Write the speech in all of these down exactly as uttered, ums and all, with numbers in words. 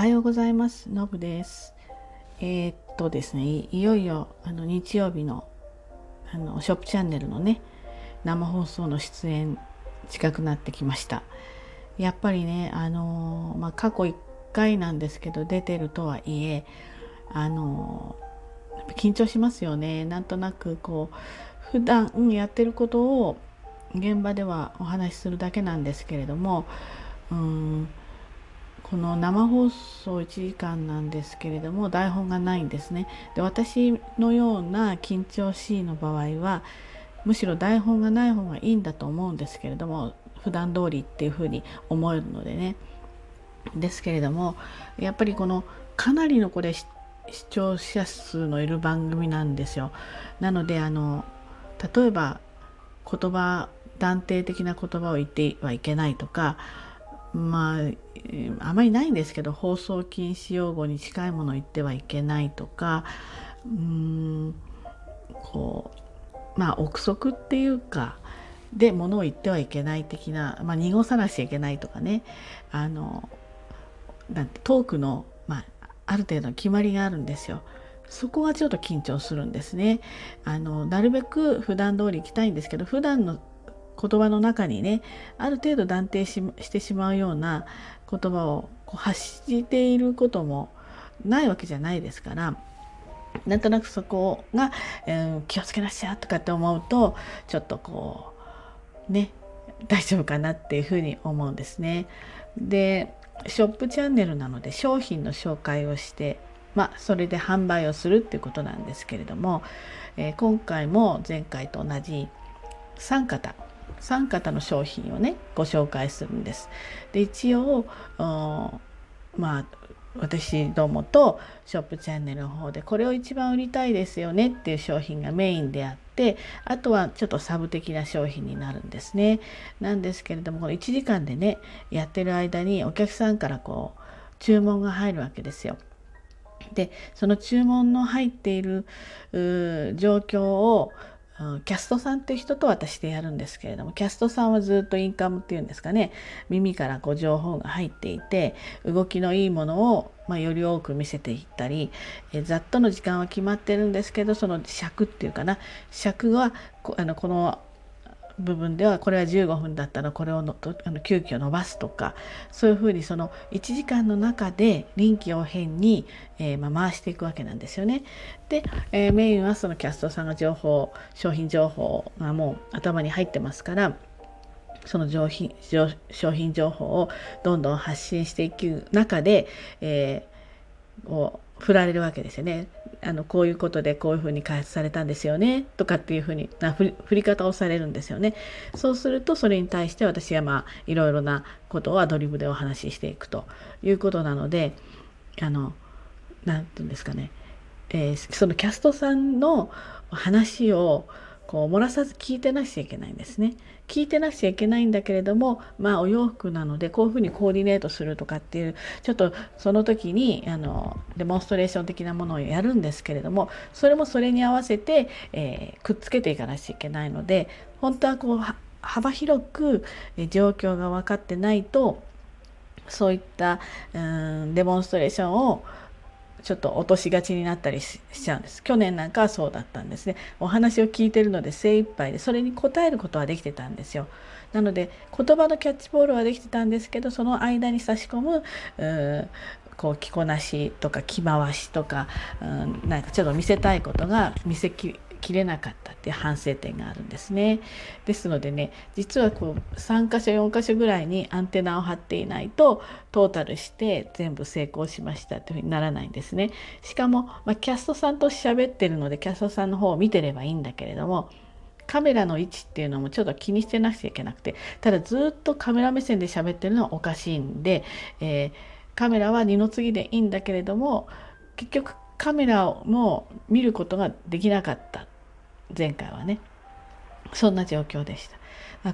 はようございます。のぶです。えーっとですね、い、いよいよあの日曜日のあのショップチャンネルのね、生放送の出演近くなってきました。やっぱりね、あのまあ、過去いっかいなんですけど出てるとはいえ、あのやっぱ緊張しますよね。なんとなくこう普段うんやってることを現場ではお話しするだけなんですけれども、うーんこの生放送いちじかんなんですけれども台本がないんですね。で、私のような緊張しいの場合はむしろ台本がない方がいいんだと思うんですけれども、普段通りっていうふうに思えるのでね。ですけれども、やっぱりこのかなりのこれ視聴者数のいる番組なんですよ。なのであの例えば言葉断定的な言葉を言ってはいけないとか、まああまりないんですけど、放送禁止用語に近いものを言ってはいけないとか、うーんこうまあ憶測っていうかで物を言ってはいけない的な、まあ、濁さなきゃいけないとかね、あのなんてトークの、まあ、ある程度の決まりがあるんですよ。そこがちょっと緊張するんですね。あのなるべく普段通り行きたいんですけど、普段の言葉の中にね、ある程度断定ししてしまうような言葉をこう発していることもないわけじゃないですから、なんとなくそこが、えー気をつけなきゃとかって思うと、ちょっとこうね、大丈夫かなっていうふうに思うんですね。で、ショップチャンネルなので商品の紹介をして、まあそれで販売をするっていうことなんですけれども、えー今回も前回と同じさん型さん型の商品をねご紹介するんです。で、一応まあ私どもとショップチャンネルの方でこれを一番売りたいですよねっていう商品がメインであって、あとはちょっとサブ的な商品になるんですね。なんですけれども、このいちじかんでねやってる間にお客さんからこう注文が入るわけですよ。で、その注文の入っている状況をキャストさんっていう人と私でやるんですけれども、キャストさんはずっとインカムっていうんですかね、耳からこう情報が入っていて、動きのいいものを、まあ、より多く見せていったり、えざっとの時間は決まってるんですけど、その尺っていうかな、尺はこあのこの部分ではこれはじゅうごふんだったらこれをのあの急遽伸ばすとか、そういうふうにそのいちじかんの中で臨機応変に、えーまあ、回していくわけなんですよね。で、えーメインはそのキャストさんが情報商品情報がもう頭に入ってますから、その商品商品情報をどんどん発信していく中で、えー、こう振られるわけですよね。あのこういうことでこういうふうに開発されたんですよねとかっていうふうにな振り振り方をされるんですよね。そうするとそれに対して私はまあいろいろなことをアドリブでお話ししていくということなので、あのなんていうんですかね、えーそのキャストさんの話をこう漏らさず聞いてなくちゃいけないんですね。聞いてなくちゃいけないんだけれども、まあお洋服なのでこういうふうにコーディネートするとかっていう、ちょっとその時にあのデモンストレーション的なものをやるんですけれども、それもそれに合わせて、えーくっつけていかなくちゃいけないので、本当はこう幅広く状況が分かってないと、そういったうんデモンストレーションをちょっと落としがちになったり し, しちゃうんです。去年なんかはそうだったんですね。お話を聞いてるので精一杯でそれに答えることはできてたんですよ。なので言葉のキャッチボールはできてたんですけど、その間に差し込むうこう着こなしとか着回しとか、うん、なんかちょっと見せたいことが見せききれなかったっていう反省点があるんですね。ですのでね、実はこうさんかしょよんかしょぐらいにアンテナを張っていないとトータルして全部成功しましたっていうふうにならないんですね。しかも、まあ、キャストさんと喋ってるのでキャストさんの方を見てればいいんだけれども、カメラの位置っていうのもちょっと気にしてなくちゃいけなくて、ただずっとカメラ目線で喋ってるのはおかしいんで、えーカメラは二の次でいいんだけれども、結局カメラも見ることができなかった、前回はね。そんな状況でした。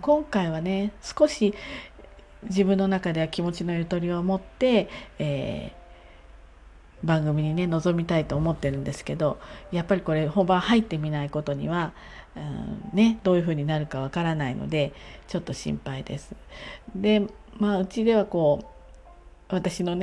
今回はね、少し自分の中では気持ちのゆとりを持って、えー番組にね臨みたいと思ってるんですけど、やっぱりこれ本番入ってみないことには、うんね、どういう風になるかわからないのでちょっと心配です。で、まあうちではこう私のね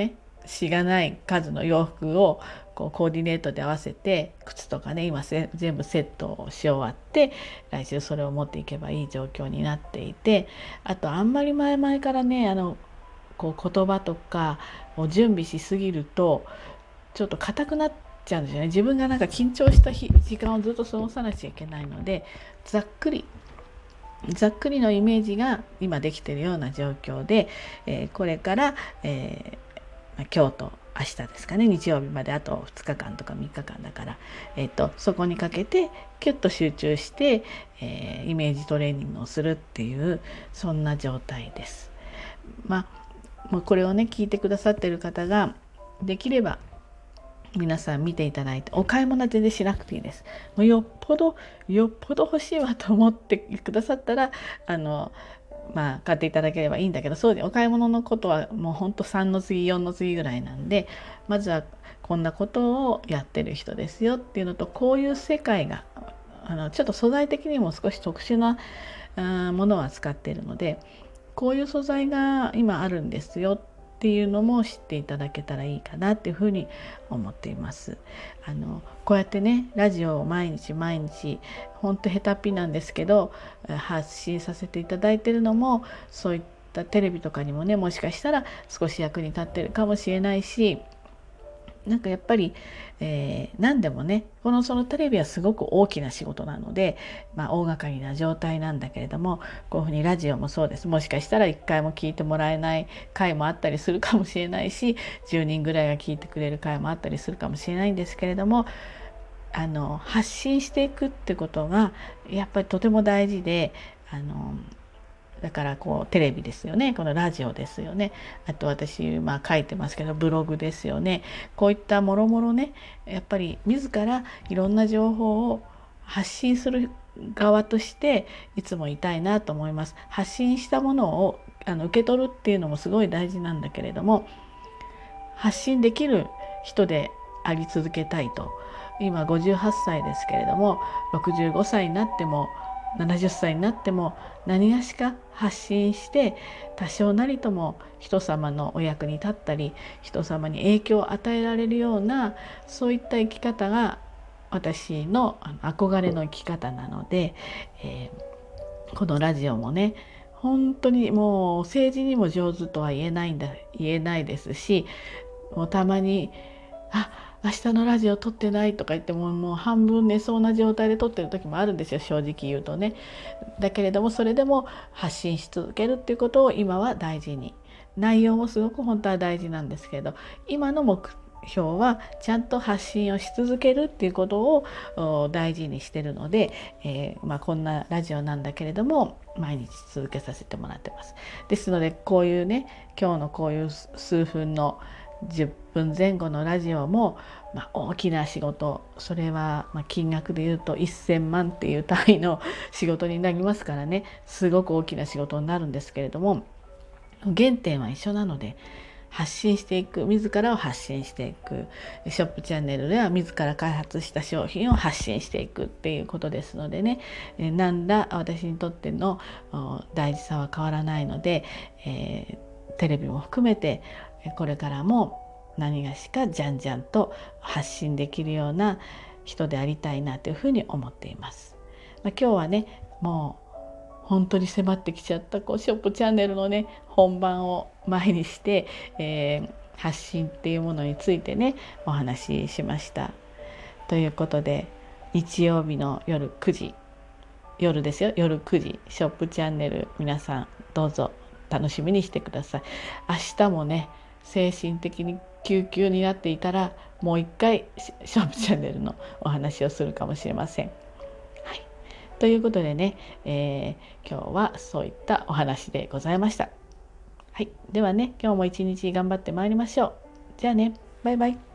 しがない数の洋服をこうコーディネートで合わせて、靴とかね今せ全部セットをし終わって、来週それを持っていけばいい状況になっていて、あとあんまり前々からねあのこう言葉とかを準備しすぎるとちょっと硬くなっちゃうんですよね。自分がなんか緊張した日時間をずっと過ごさなきゃいけないので、ざっくりざっくりのイメージが今できているような状況で、えー、これから、えー、今日と明日ですかね、日曜日まであとふつかかんとかみっかかんだから、えー、とそこにかけてキュッと集中して、えー、イメージトレーニングをするっていうそんな状態です。まあもうこれをね聞いてくださっている方ができれば皆さん見ていただいて、お買い物は全然しなくていいです。もうよっぽどよっぽど欲しいわと思ってくださったらあのまあ買っていただければいいんだけど、そうでお買い物のことはもうほんとさんの次よんの次ぐらいなんで、まずはこんなことをやってる人ですよっていうのと、こういう世界があのちょっと素材的にも少し特殊なものを扱っているので、こういう素材が今あるんですよっていうのも知っていただけたらいいかなっていうふうに思っています。あのこうやってねラジオを毎日毎日ほんと下手っぴなんですけど発信させていただいているのも、そういったテレビとかにもねもしかしたら少し役に立ってるかもしれないし、なんかやっぱり、えー、何でもねこのそのテレビはすごく大きな仕事なので、まあ、大掛かりな状態なんだけれども、こういうふうにラジオもそうです。もしかしたらいっかいも聞いてもらえない回もあったりするかもしれないし、じゅうにんぐらいが聞いてくれる回もあったりするかもしれないんですけれども、あの発信していくってことがやっぱりとても大事で、あのだからこうテレビですよね、このラジオですよね、あと私まあ書いてますけどブログですよね。こういったもろもろね、やっぱり自らいろんな情報を発信する側としていつもいたいなと思います。発信したものをあの受け取るっていうのもすごい大事なんだけれども、発信できる人であり続けたいと。今ごじゅうはっさいですけれども、ろくじゅうごさいになってもななじゅっさいになっても何がしか発信して多少なりとも人様のお役に立ったり人様に影響を与えられるような、そういった生き方が私の憧れの生き方なので、えー、このラジオもね本当にもう政治にも上手とは言えないんだ言えないですし、もうたまにあ明日のラジオ撮ってないとか言ってももう半分寝そうな状態で撮ってる時もあるんですよ、正直言うとね。だけれどもそれでも発信し続けるっていうことを今は大事に、内容もすごく本当は大事なんですけど、今の目標はちゃんと発信をし続けるっていうことを大事にしてるので、えーまあ、こんなラジオなんだけれども毎日続けさせてもらってます。ですのでこういうね今日のこういう数分のじゅっぷんぜん後のラジオも、まあ、大きな仕事、それはまあ金額で言うとせんまんっていう単位の仕事になりますからね、すごく大きな仕事になるんですけれども、原点は一緒なので発信していく、自らを発信していく、ショップチャンネルでは自ら開発した商品を発信していくっていうことですのでね、何ら私にとっての大事さは変わらないので、えー、テレビも含めてこれからも何がしかじゃんじゃんと発信できるような人でありたいなというふうに思っています。まあ、今日はねもう本当に迫ってきちゃったこうショップチャンネルのね本番を前にして、えー、発信っていうものについてねお話ししました。ということで日曜日の夜くじ、夜ですよ、夜くじショップチャンネル皆さんどうぞ楽しみにしてください。明日もね精神的に救急になっていたらもう一回ショップチャンネルのお話をするかもしれません。はい、ということでね、えー、今日はそういったお話でございました。はい、ではね今日も一日頑張ってまいりましょう。じゃあね、バイバイ。